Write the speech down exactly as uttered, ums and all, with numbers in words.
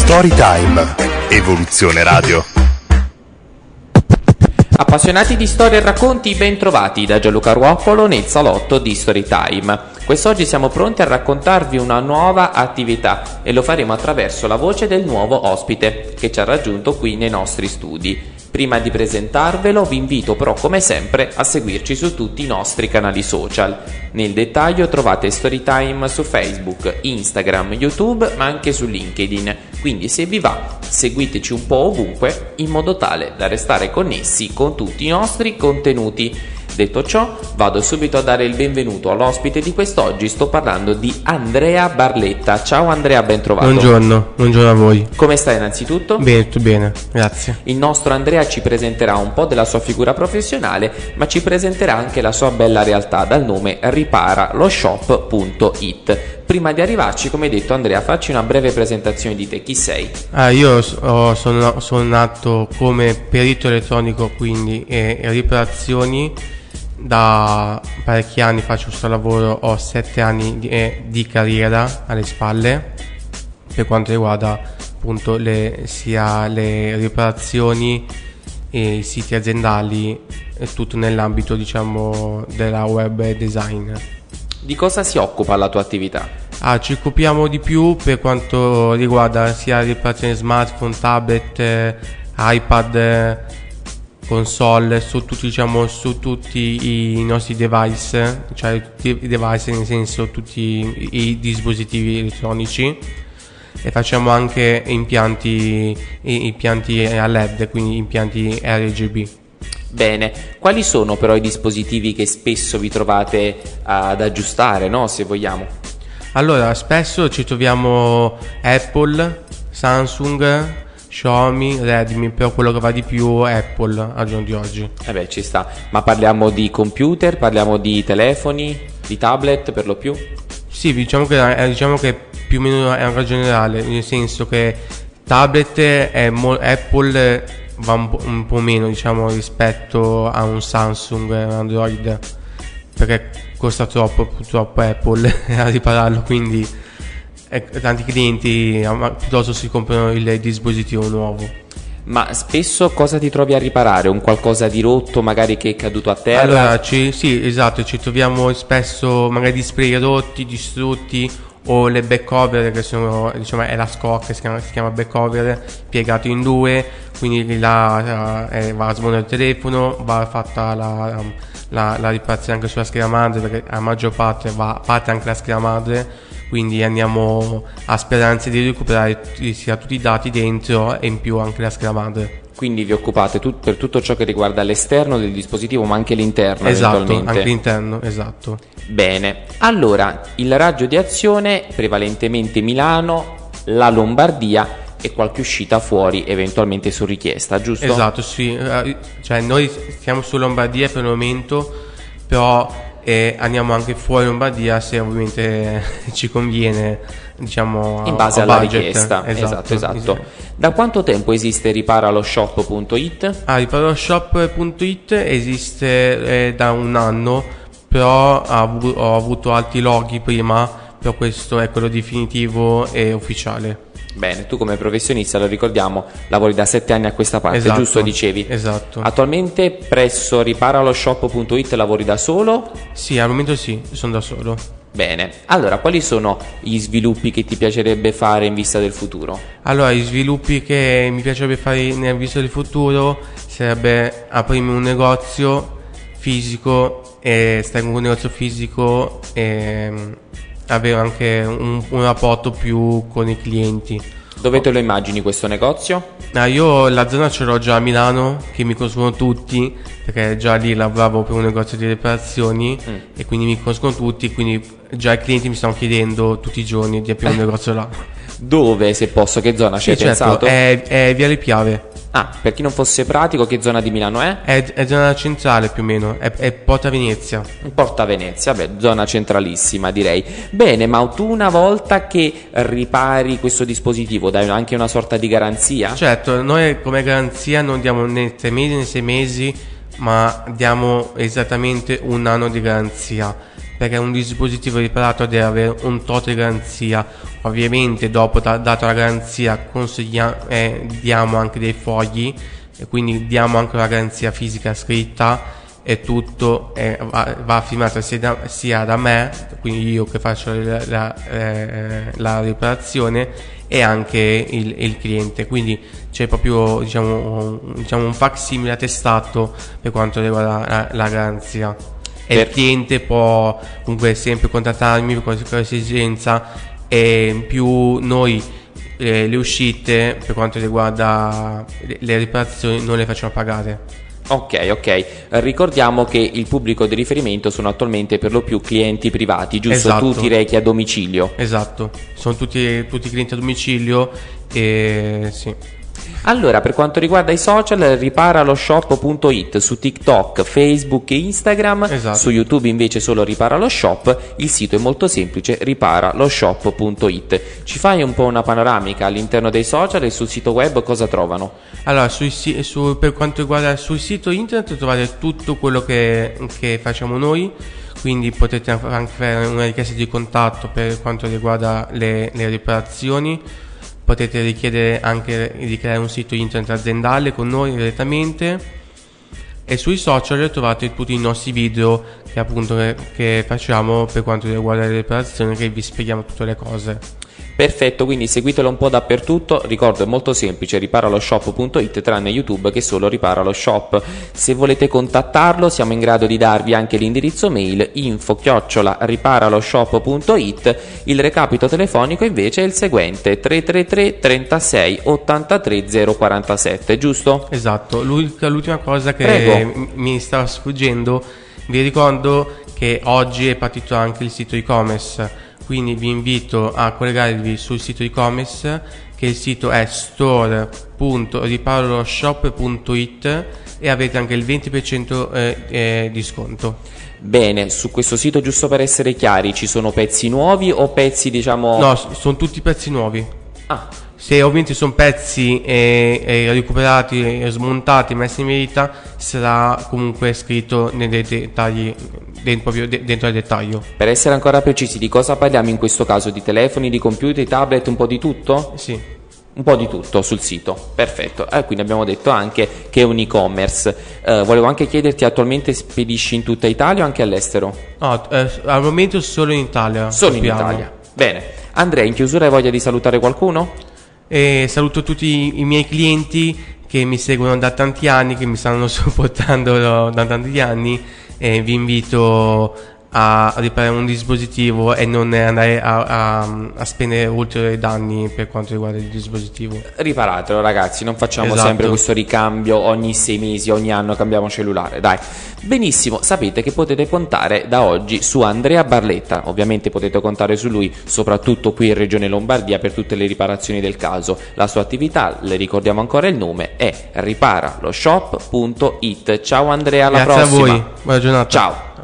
Storytime, Evoluzione Radio. Appassionati di storie e racconti, ben trovati da Gianluca Ruoppolo nel salotto di Storytime. Quest'oggi siamo pronti a raccontarvi una nuova attività e lo faremo attraverso la voce del nuovo ospite che ci ha raggiunto qui nei nostri studi. Prima di presentarvelo vi invito però come sempre a seguirci su tutti i nostri canali social. Nel dettaglio trovate Storytime su Facebook, Instagram, YouTube ma anche su LinkedIn, quindi se vi va seguiteci un po' ovunque in modo tale da restare connessi con tutti i nostri contenuti. Detto ciò, vado subito a dare il benvenuto all'ospite di quest'oggi. Sto parlando di Andrea Barletta. Ciao Andrea, ben trovato. Buongiorno, buongiorno a voi. Come stai innanzitutto? Bene, tutto bene, grazie. Il nostro Andrea ci presenterà un po' della sua figura professionale, ma ci presenterà anche la sua bella realtà dal nome ripara lo shop punto it. Prima di arrivarci, come detto Andrea, facci una breve presentazione di te. Chi sei? Ah, io so, sono, sono nato come perito elettronico, quindi e, e riparazioni. Da parecchi anni faccio questo lavoro, ho sette anni di, eh, di carriera alle spalle per quanto riguarda appunto le, sia le riparazioni e i siti aziendali e tutto nell'ambito diciamo della web design. Di cosa si occupa la tua attività? Ah, ci occupiamo di più per quanto riguarda sia riparazione smartphone, tablet, eh, iPad, eh, console, su tutti diciamo su tutti i nostri device, cioè i device nel senso tutti i, i dispositivi elettronici, e facciamo anche impianti impianti a L E D, quindi impianti R G B. Bene, quali sono però i dispositivi che spesso vi trovate ad aggiustare, no, se vogliamo? Allora, spesso ci troviamo Apple, Samsung, Xiaomi, Redmi, però quello che va di più è Apple al giorno di oggi. Eh beh, ci sta. Ma parliamo di computer, parliamo di telefoni, di tablet per lo più? Sì, diciamo che, diciamo che più o meno è una generale, nel senso che tablet è mo- Apple va un po', un po' meno diciamo rispetto a un Samsung, un Android, perché costa troppo purtroppo Apple a ripararlo, quindi eh, tanti clienti piuttosto si comprano il dispositivo nuovo. Ma spesso cosa ti trovi a riparare? Un qualcosa di rotto magari che è caduto a terra? Allora ci, sì esatto, ci troviamo spesso magari display rotti, distrutti, o le back cover che sono diciamo è la scocca, si chiama, si chiama back cover piegato in due, quindi là eh, va a smonare il telefono, va fatta la, la, la riparazione anche sulla scheda madre, perché a maggior parte va parte anche la scheda madre, quindi andiamo a speranza di recuperare sia tutti i dati dentro e in più anche la scheda madre. Quindi vi occupate tut- per tutto ciò che riguarda l'esterno del dispositivo, ma anche l'interno? Esatto, eventualmente. Anche l'interno, esatto. Bene, allora il raggio di azione prevalentemente Milano, la Lombardia e qualche uscita fuori eventualmente su richiesta, giusto? Esatto, sì, cioè noi stiamo su Lombardia per il momento, però e andiamo anche fuori Lombardia se ovviamente ci conviene, diciamo in base alla budget. richiesta. Esatto, esatto, esatto. Sì. Da quanto tempo esiste ripara lo shop punto it? Ah, ripara lo shop punto it esiste eh, da un anno, però ho, ho avuto altri loghi prima, però questo è quello definitivo e ufficiale. Bene, tu come professionista, lo ricordiamo, lavori da sette anni a questa parte, Esatto, giusto dicevi? Esatto. Attualmente presso ripara lo shop punto it lavori da solo? Sì, al momento sì, sono da solo. Bene, allora quali sono gli sviluppi che ti piacerebbe fare in vista del futuro? Allora, gli sviluppi che mi piacerebbe fare nel vista del futuro sarebbe aprirmi un negozio fisico e stare con un negozio fisico e avere anche un, un rapporto più con i clienti. Dove te lo immagini questo negozio? Ah, io la zona ce l'ho già a Milano, che mi conoscono tutti, perché già lì lavoravo per un negozio di riparazioni mm. e quindi mi conoscono tutti, quindi già i clienti mi stanno chiedendo tutti i giorni di aprire un negozio là. Dove, se posso, che zona ci hai sì, certo, pensato? È, è Viale Piave. Ah, per chi non fosse pratico, che zona di Milano è? È, è zona centrale più o meno, è, è Porta Venezia. Porta Venezia, beh, zona centralissima direi. Bene, ma tu una volta che ripari questo dispositivo dai anche una sorta di garanzia? Certo, noi come garanzia non diamo né tre mesi né sei mesi, ma diamo esattamente un anno di garanzia. perché un dispositivo riparato deve avere un tot di garanzia. Ovviamente dopo da, dato la garanzia consigliamo, eh, diamo anche dei fogli, e quindi diamo anche una garanzia fisica scritta, e tutto eh, va, va firmato sia da, sia da me, quindi io che faccio la, la, eh, la riparazione, e anche il, il cliente, quindi c'è proprio diciamo un, diciamo, un facsimile attestato per quanto riguarda la, la garanzia, e per... il cliente può comunque sempre contattarmi per qualsiasi esigenza, e in più noi eh, le uscite per quanto riguarda le, le riparazioni non le facciamo pagare. Ok, ok. Ricordiamo che il pubblico di riferimento sono attualmente per lo più clienti privati, giusto? Esatto. Tu ti rechi a domicilio. Esatto, sono tutti, tutti clienti a domicilio, e sì. Allora, per quanto riguarda i social, riparaloshop punto it su TikTok, Facebook e Instagram. Esatto. Su YouTube invece solo Ripara lo Shop. Il sito è molto semplice, riparaloshop punto it. Ci fai un po' una panoramica all'interno dei social e sul sito web cosa trovano? Allora, sui, su, per quanto riguarda sul sito internet trovate tutto quello che, che facciamo noi, quindi potete anche fare una richiesta di contatto per quanto riguarda le, le riparazioni. Potete richiedere anche di creare un sito internet aziendale con noi direttamente, e sui social trovate tutti i nostri video che appunto che, che facciamo per quanto riguarda le riparazioni, che vi spieghiamo tutte le cose. Perfetto, quindi seguitelo un po' dappertutto. Ricordo, è molto semplice, riparaloshop punto it, tranne YouTube che solo Ripara lo Shop. Se volete contattarlo siamo in grado di darvi anche l'indirizzo mail info chiocciola riparaloshop punto it. Il recapito telefonico invece è il seguente: tre tre tre trentasei ottantatré zero quarantasette, giusto? Esatto. L'ultima cosa che Prego. mi stava sfuggendo, vi ricordo che oggi è partito anche il sito e-commerce, quindi vi invito a collegarvi sul sito e-commerce, che il sito è store punto riparaloshop punto it, e avete anche il venti per cento eh, eh, di sconto. Bene, su questo sito, giusto per essere chiari, ci sono pezzi nuovi o pezzi diciamo... No, sono tutti pezzi nuovi. Ah. Se ovviamente sono pezzi eh, eh, recuperati, eh, smontati, messi in verità, sarà comunque scritto nei dettagli, dentro, proprio dentro al dettaglio. Per essere ancora precisi, di cosa parliamo in questo caso? Di telefoni, di computer, di tablet, un po' di tutto? Sì. Un po' di tutto sul sito, perfetto. E eh, quindi abbiamo detto anche che è un e-commerce. Eh, volevo anche chiederti, attualmente spedisci in tutta Italia o anche all'estero? No, eh, al momento solo in Italia. Solo in Italia. Bene. Andrea, in chiusura hai voglia di salutare qualcuno? E saluto tutti i, i miei clienti che mi seguono da tanti anni, che mi stanno supportando da tanti anni, e vi invito a riparare un dispositivo e non andare a, a, a spendere ulteriori danni per quanto riguarda il dispositivo. Riparatelo, ragazzi, non facciamo Esatto. sempre questo ricambio ogni sei mesi, ogni anno cambiamo cellulare, dai. Benissimo, sapete che potete contare da oggi su Andrea Barletta. Ovviamente potete contare su lui soprattutto qui in Regione Lombardia per tutte le riparazioni del caso. La sua attività, le ricordiamo ancora il nome, è riparaloshop punto it. Ciao Andrea, alla Grazie prossima. a voi, buona giornata. Ciao.